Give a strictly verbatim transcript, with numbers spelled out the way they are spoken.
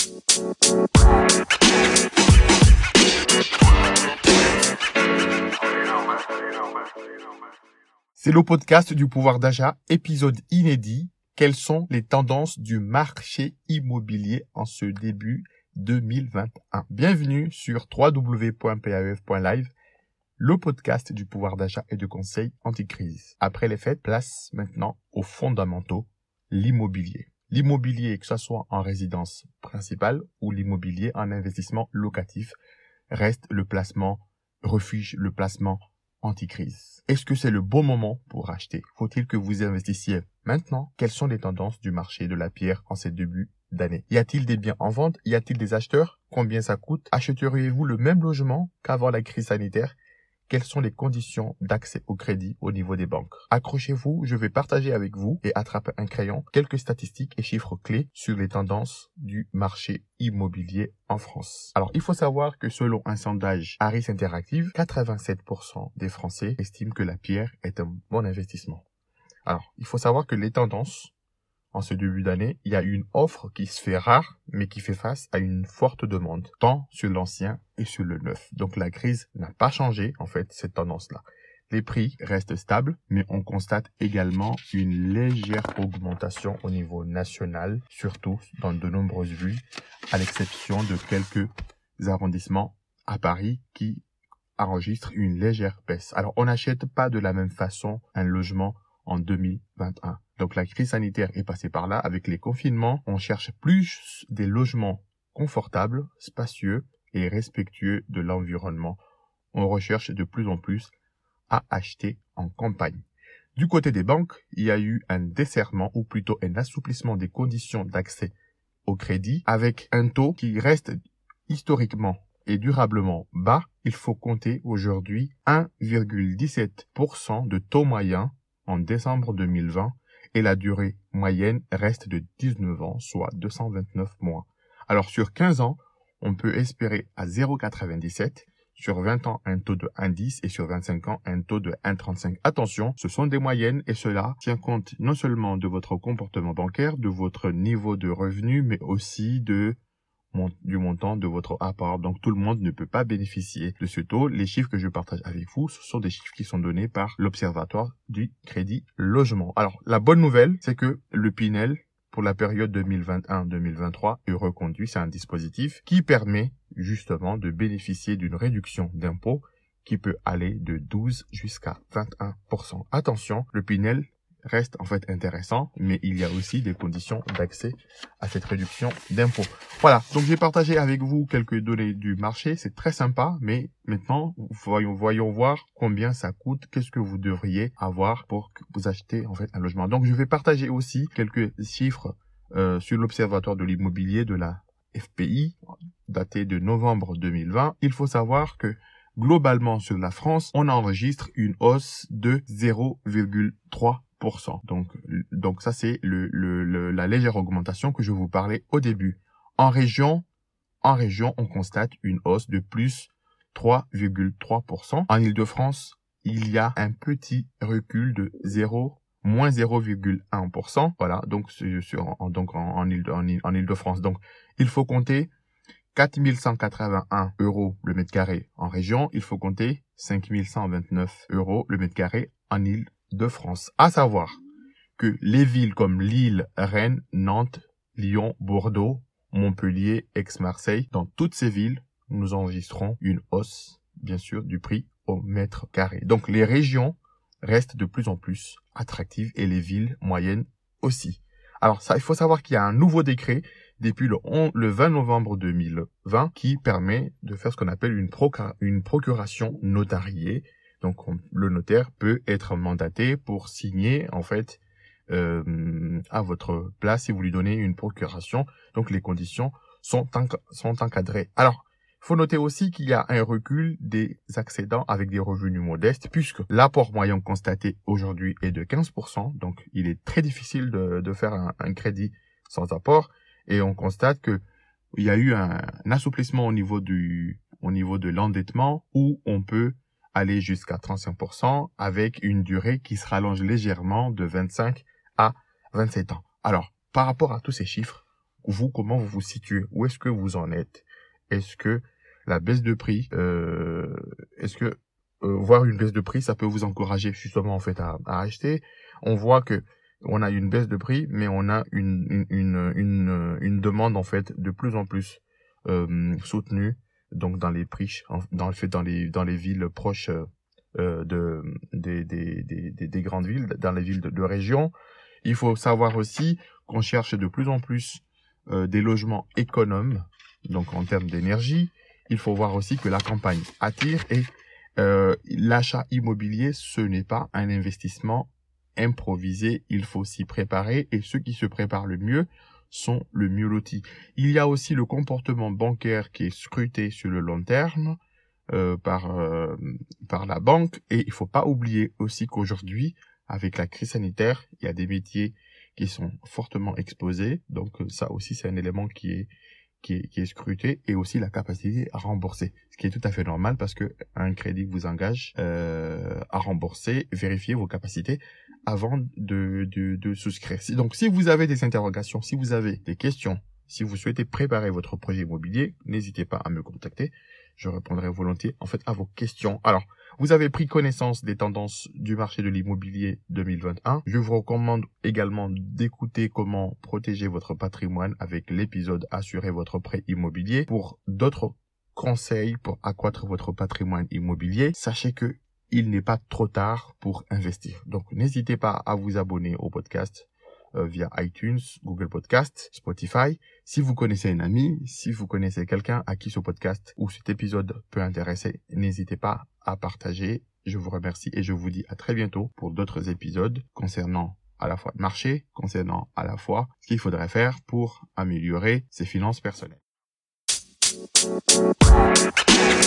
C'est le podcast du pouvoir d'achat, épisode inédit. Quelles sont les tendances du marché immobilier en ce début deux mille vingt et un? Bienvenue sur w w w point p a f point live, le podcast du pouvoir d'achat et de conseil anti-crise. Après les fêtes, place maintenant aux fondamentaux, l'immobilier. L'immobilier, que ce soit en résidence principale ou l'immobilier en investissement locatif, reste le placement refuge, le placement anti-crise. Est-ce que c'est le bon moment pour acheter? Faut-il que vous investissiez maintenant? Quelles sont les tendances du marché de la pierre en ces débuts d'année? Y a-t-il des biens en vente? Y a-t-il des acheteurs? Combien ça coûte? Achèteriez-vous le même logement qu'avant la crise sanitaire? Quelles sont les conditions d'accès au crédit au niveau des banques? Accrochez-vous, je vais partager avec vous et attraper un crayon quelques statistiques et chiffres clés sur les tendances du marché immobilier en France. Alors, il faut savoir que selon un sondage Harris Interactive, quatre-vingt-sept pour cent des Français estiment que la pierre est un bon investissement. Alors, il faut savoir que les tendances en ce début d'année, il y a une offre qui se fait rare, mais qui fait face à une forte demande, tant sur l'ancien et sur le neuf. Donc la crise n'a pas changé, en fait, cette tendance-là. Les prix restent stables, mais on constate également une légère augmentation au niveau national, surtout dans de nombreuses villes, à l'exception de quelques arrondissements à Paris qui enregistrent une légère baisse. Alors, on n'achète pas de la même façon un logement en deux mille vingt et un. Donc la crise sanitaire est passée par là. Avec les confinements, on cherche plus des logements confortables, spacieux et respectueux de l'environnement. On recherche de plus en plus à acheter en campagne. Du côté des banques, il y a eu un desserrement ou plutôt un assouplissement des conditions d'accès au crédit avec un taux qui reste historiquement et durablement bas. Il faut compter aujourd'hui un virgule dix-sept pour cent de taux moyen en décembre deux mille vingt et la durée moyenne reste de dix-neuf ans, soit deux cent vingt-neuf mois. Alors sur quinze ans, on peut espérer à zéro virgule quatre-vingt-dix-sept, sur vingt ans un taux de un virgule dix et sur vingt-cinq ans un taux de un virgule trente-cinq. Attention, ce sont des moyennes et cela tient compte non seulement de votre comportement bancaire, de votre niveau de revenu, mais aussi de du montant de votre apport. Donc tout le monde ne peut pas bénéficier de ce taux. Les chiffres que je partage avec vous, ce sont des chiffres qui sont donnés par l'Observatoire du Crédit Logement. Alors la bonne nouvelle, c'est que le Pinel, pour la période deux mille vingt et un deux mille vingt-trois, est reconduit. C'est un dispositif qui permet justement de bénéficier d'une réduction d'impôt qui peut aller de douze jusqu'à vingt et un pour cent. Attention, le Pinel reste en fait intéressant, mais il y a aussi des conditions d'accès à cette réduction d'impôt. Voilà, donc j'ai partagé avec vous quelques données du marché, c'est très sympa, mais maintenant, voyons, voyons voir combien ça coûte, qu'est-ce que vous devriez avoir pour que vous achetez en fait un logement. Donc je vais partager aussi quelques chiffres euh, sur l'Observatoire de l'immobilier de la F P I, daté de novembre deux mille vingt. Il faut savoir que globalement sur la France, on enregistre une hausse de zéro virgule trois pour cent. Donc, donc ça c'est le, le, le, la légère augmentation que je vous parlais au début. En région, en région, on constate une hausse de plus trois virgule trois pour cent. En Île-de-France, il y a un petit recul de zéro, moins zéro virgule un pour cent. Voilà, donc sur en, donc en, en, Île, en, en Île-de-France. Donc, il faut compter quatre mille cent quatre-vingt-un euros le mètre carré en région. Il faut compter cinq mille cent vingt-neuf euros le mètre carré en Île de France. À savoir que les villes comme Lille, Rennes, Nantes, Lyon, Bordeaux, Montpellier, Aix-Marseille, dans toutes ces villes, nous enregistrons une hausse, bien sûr, du prix au mètre carré. Donc les régions restent de plus en plus attractives et les villes moyennes aussi. Alors ça, il faut savoir qu'il y a un nouveau décret depuis le, onze, le vingt novembre deux mille vingt qui permet de faire ce qu'on appelle une, procura, une procuration notariée. Donc, on, le notaire peut être mandaté pour signer, en fait, euh, à votre place si vous lui donnez une procuration. Donc, les conditions sont, en, sont encadrées. Alors, il faut noter aussi qu'il y a un recul des accédants avec des revenus modestes, puisque l'apport moyen constaté aujourd'hui est de quinze pour cent. Donc, il est très difficile de, de faire un, un crédit sans apport. Et on constate que il y a eu un, un assouplissement au niveau du, au niveau de l'endettement où on peut aller jusqu'à trente-cinq pour cent avec une durée qui se rallonge légèrement de vingt-cinq à vingt-sept ans. Alors, par rapport à tous ces chiffres, vous, comment vous vous situez? Où est-ce que vous en êtes? Est-ce que la baisse de prix, euh, est-ce que euh, voir une baisse de prix, ça peut vous encourager justement en fait à, à acheter? On voit que on a une baisse de prix, mais on a une une une une, une demande en fait de plus en plus euh, soutenue, donc dans les prix, dans le fait dans les dans les villes proches euh, de des, des des des des grandes villes, dans les villes de, de région. Il faut savoir aussi qu'on cherche de plus en plus euh, des logements économes, donc en termes d'énergie. Il faut voir aussi que la campagne attire et euh, l'achat immobilier, ce n'est pas un investissement improvisé. Il faut s'y préparer et ceux qui se préparent le mieux sont le mieux lotis. Il y a aussi le comportement bancaire qui est scruté sur le long terme euh, par euh, par la banque et il faut pas oublier aussi qu'aujourd'hui, avec la crise sanitaire, il y a des métiers qui sont fortement exposés. Donc ça aussi, c'est un élément qui est qui est, qui est scruté, et aussi la capacité à rembourser, ce qui est tout à fait normal parce que un crédit vous engage euh, à rembourser. Vérifiez vos capacités avant de, de, de souscrire. Donc si vous avez des interrogations, si vous avez des questions, si vous souhaitez préparer votre projet immobilier, n'hésitez pas à me contacter. Je répondrai volontiers en fait à vos questions. Alors, vous avez pris connaissance des tendances du marché de l'immobilier deux mille vingt et un. Je vous recommande également d'écouter comment protéger votre patrimoine avec l'épisode Assurer votre prêt immobilier. Pour d'autres conseils pour accroître votre patrimoine immobilier, sachez que il n'est pas trop tard pour investir. Donc, n'hésitez pas à vous abonner au podcast euh, via iTunes, Google Podcast, Spotify. Si vous connaissez un ami, si vous connaissez quelqu'un à qui ce podcast ou cet épisode peut intéresser, n'hésitez pas à partager. Je vous remercie et je vous dis à très bientôt pour d'autres épisodes concernant à la fois le marché, concernant à la fois ce qu'il faudrait faire pour améliorer ses finances personnelles.